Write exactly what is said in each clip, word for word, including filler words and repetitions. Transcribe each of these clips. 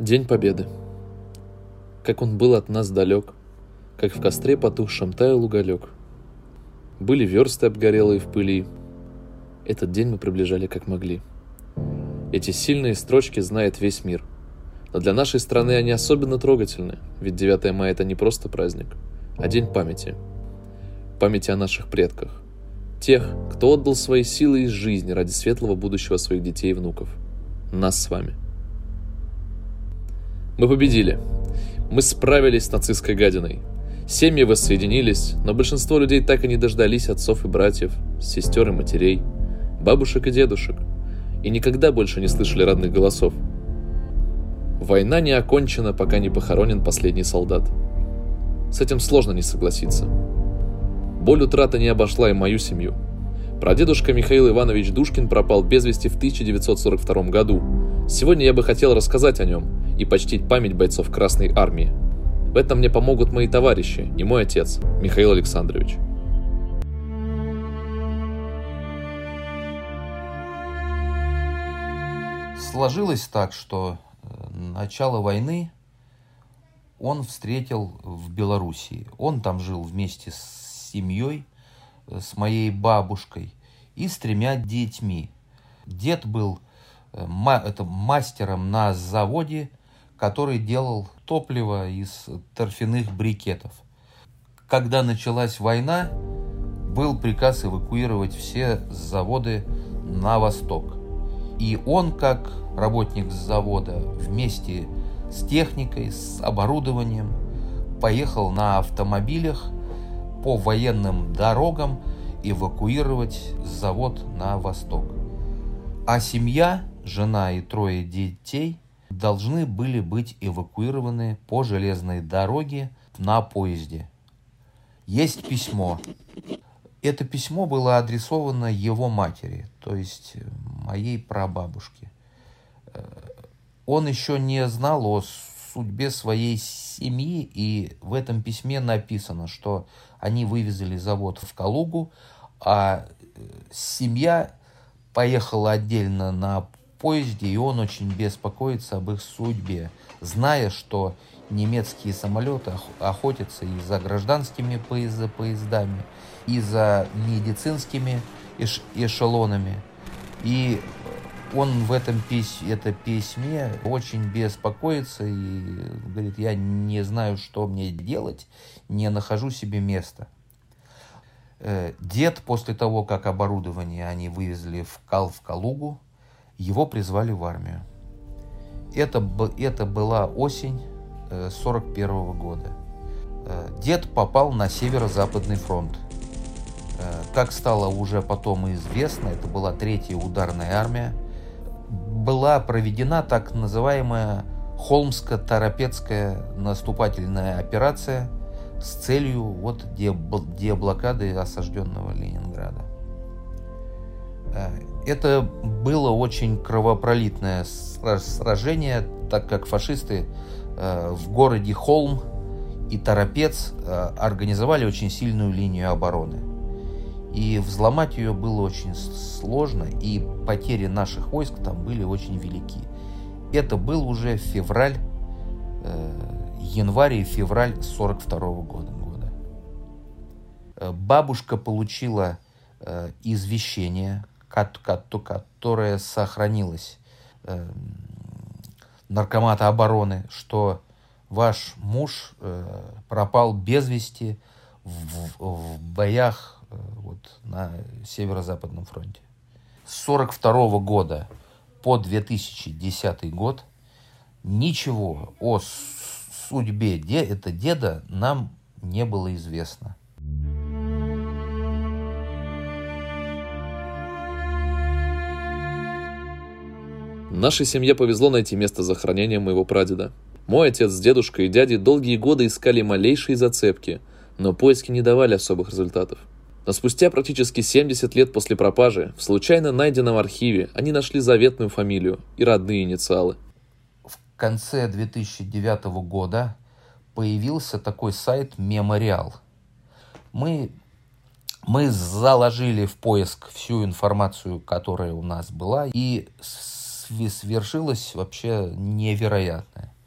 День Победы. Как он был от нас далек, как в костре потухшем таял уголек. Были версты обгорелые в пыли. Этот день мы приближали как могли. Эти сильные строчки знает весь мир. Но для нашей страны они особенно трогательны, ведь девятое мая — это не просто праздник, а день памяти. Памяти о наших предках. Тех, кто отдал свои силы и жизни ради светлого будущего своих детей и внуков. Нас с вами. Мы победили. Мы справились с нацистской гадиной. Семьи воссоединились, но большинство людей так и не дождались отцов и братьев, сестер и матерей, бабушек и дедушек, и никогда больше не слышали родных голосов. Война не окончена, пока не похоронен последний солдат. С этим сложно не согласиться. Боль утраты не обошла и мою семью. Прадедушка Михаил Иванович Душкин пропал без вести в тысяча девятьсот сорок втором году. Сегодня я бы хотел рассказать о нем и почтить память бойцов Красной Армии. В этом мне помогут мои товарищи и мой отец, Михаил Александрович. Сложилось так, что начало войны он встретил в Белоруссии. Он там жил вместе с семьей, с моей бабушкой и с тремя детьми. Дед был это, мастером на заводе, который делал топливо из торфяных брикетов. Когда началась война, был приказ эвакуировать все заводы на восток. И он, как работник завода, вместе с техникой, с оборудованием, поехал на автомобилях по военным дорогам эвакуировать завод на восток. А семья, жена и трое детей должны были быть эвакуированы по железной дороге на поезде. Есть письмо. Это письмо было адресовано его матери, то есть моей прабабушке. Он еще не знал о судьбе своей семьи, и в этом письме написано, что они вывезли завод в Калугу, а семья поехала отдельно на поезде, и он очень беспокоится об их судьбе, зная, что немецкие самолеты охотятся и за гражданскими поездами, и за медицинскими эш- эшелонами. И он в этом пись- это письме очень беспокоится и говорит: я не знаю, что мне делать, не нахожу себе места. Дед, после того, как оборудование они вывезли в, Кал- в Калугу, его призвали в армию. Это, это была осень сорок первого года. Дед попал на Северо-Западный фронт. Как стало уже потом известно, это была третья ударная армия. Была проведена так называемая Холмско-Торопецкая наступательная операция с целью вот деблокады осажденного Ленинграда. Это было очень кровопролитное сражение, так как фашисты в городе Холм и Торопец организовали очень сильную линию обороны. И взломать ее было очень сложно, и потери наших войск там были очень велики. Это был уже февраль, январь и февраль сорок второго года. Бабушка получила извещение, которое сохранилось наркомата обороны, что ваш муж пропал без вести в, в боях вот, на Северо-Западном фронте. С сорок второго года по две тысячи десятый год ничего о судьбе де, это деда нам не было известно. Нашей семье повезло найти место захоронения моего прадеда. Мой отец с дедушкой и дядей долгие годы искали малейшие зацепки, но поиски не давали особых результатов. Но спустя практически семьдесят лет после пропажи, в случайно найденном архиве, они нашли заветную фамилию и родные инициалы. В конце две тысячи девятого года появился такой сайт «Мемориал». Мы, мы заложили в поиск всю информацию, которая у нас была, и свершилось вообще невероятное.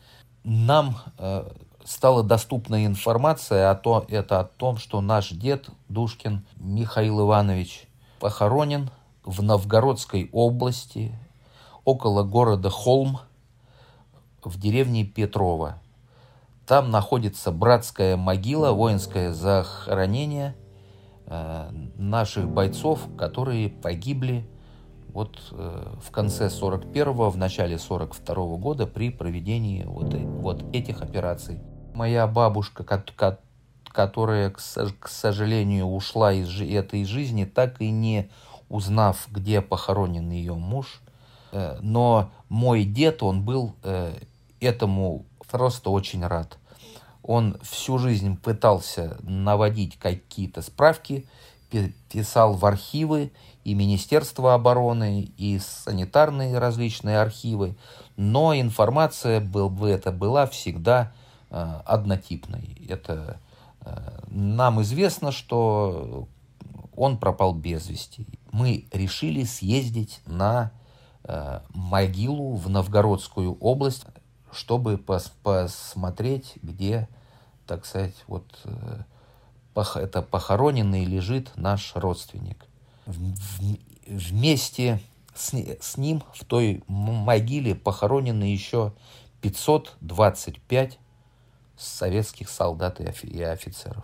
нам э, стала доступна информация о том, это о том, что наш дед Душкин Михаил Иванович похоронен в Новгородской области, около города Холм, в деревне Петрова. Там находится братская могила, воинское захоронение э, наших бойцов, которые погибли вот э, в конце сорок первого, в начале сорок второго года при проведении вот, вот этих операций. Моя бабушка, которая, к сожалению, ушла из этой жизни, так и не узнав, где похоронен ее муж, э, но мой дед, он был э, этому просто очень рад. Он всю жизнь пытался наводить какие-то справки, писал в архивы и Министерства обороны, и санитарные различные архивы, но информация был, это была всегда э, однотипной. Это, э, нам известно, что он пропал без вести. Мы решили съездить на э, могилу в Новгородскую область, чтобы пос- посмотреть, где, так сказать, вот э, пох- это похороненный лежит наш родственник. В- в- вместе с, с ним в той могиле похоронены еще пятьсот двадцать пять советских солдат и, офи- и офицеров.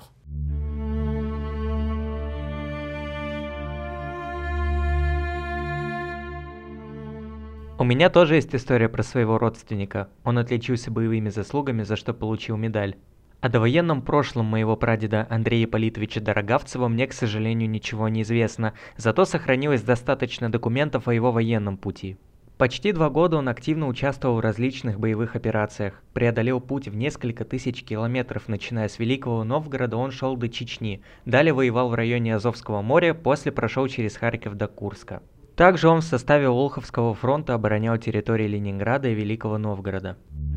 У меня тоже есть история про своего родственника. Он отличился боевыми заслугами, за что получил медаль. О довоенном прошлом моего прадеда Андрея Ипполитовича Дорогавцева мне, к сожалению, ничего не известно, зато сохранилось достаточно документов о его военном пути. Почти два года он активно участвовал в различных боевых операциях. Преодолел путь в несколько тысяч километров, начиная с Великого Новгорода он шел до Чечни, далее воевал в районе Азовского моря, после прошел через Харьков до Курска. Также он в составе Волховского фронта оборонял территории Ленинграда и Великого Новгорода.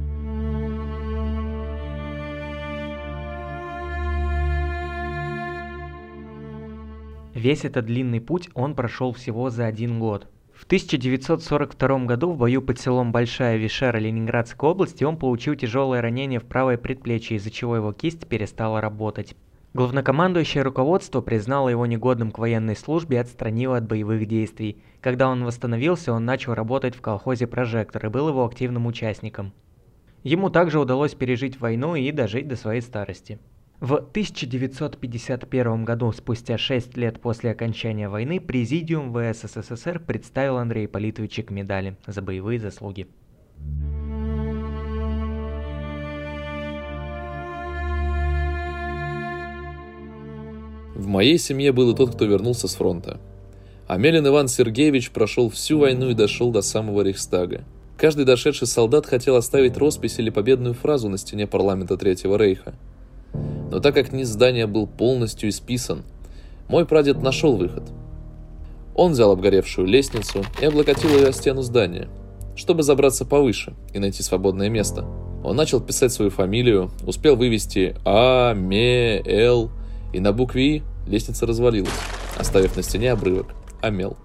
Весь этот длинный путь он прошел всего за один год. В тысяча девятьсот сорок втором году в бою под селом Большая Вишера Ленинградской области он получил тяжелое ранение в правое предплечье, из-за чего его кисть перестала работать. Главнокомандующее руководство признало его негодным к военной службе и отстранило от боевых действий. Когда он восстановился, он начал работать в колхозе «Прожектор» и был его активным участником. Ему также удалось пережить войну и дожить до своей старости. В тысяча девятьсот пятьдесят первом году, спустя шесть лет после окончания войны, Президиум ВС СССР представил Андрея Ипполитовича к медали за боевые заслуги. В моей семье был и тот, кто вернулся с фронта. Амелин Иван Сергеевич прошел всю войну и дошел до самого Рейхстага. Каждый дошедший солдат хотел оставить роспись или победную фразу на стене парламента Третьего Рейха. Но так как низ здания был полностью исписан, мой прадед нашел выход. Он взял обгоревшую лестницу и облокотил ее о стену здания, чтобы забраться повыше и найти свободное место. Он начал писать свою фамилию, успел вывести А, Ме, Л, и на букве И лестница развалилась, оставив на стене обрывок Амел.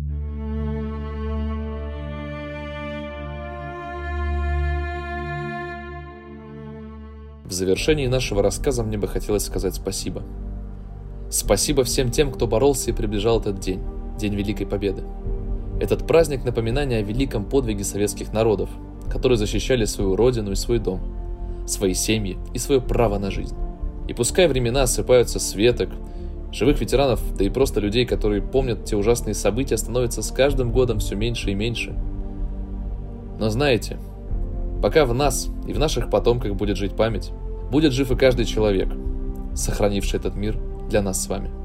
В завершении нашего рассказа мне бы хотелось сказать спасибо. Спасибо всем тем, кто боролся и приближал этот день, День Великой Победы. Этот праздник — напоминание о великом подвиге советских народов, которые защищали свою родину и свой дом, свои семьи и свое право на жизнь. И пускай времена осыпаются с веток, живых ветеранов, да и просто людей, которые помнят те ужасные события, становится с каждым годом все меньше и меньше. Но знаете, пока в нас и в наших потомках будет жить память, будет жив и каждый человек, сохранивший этот мир для нас с вами.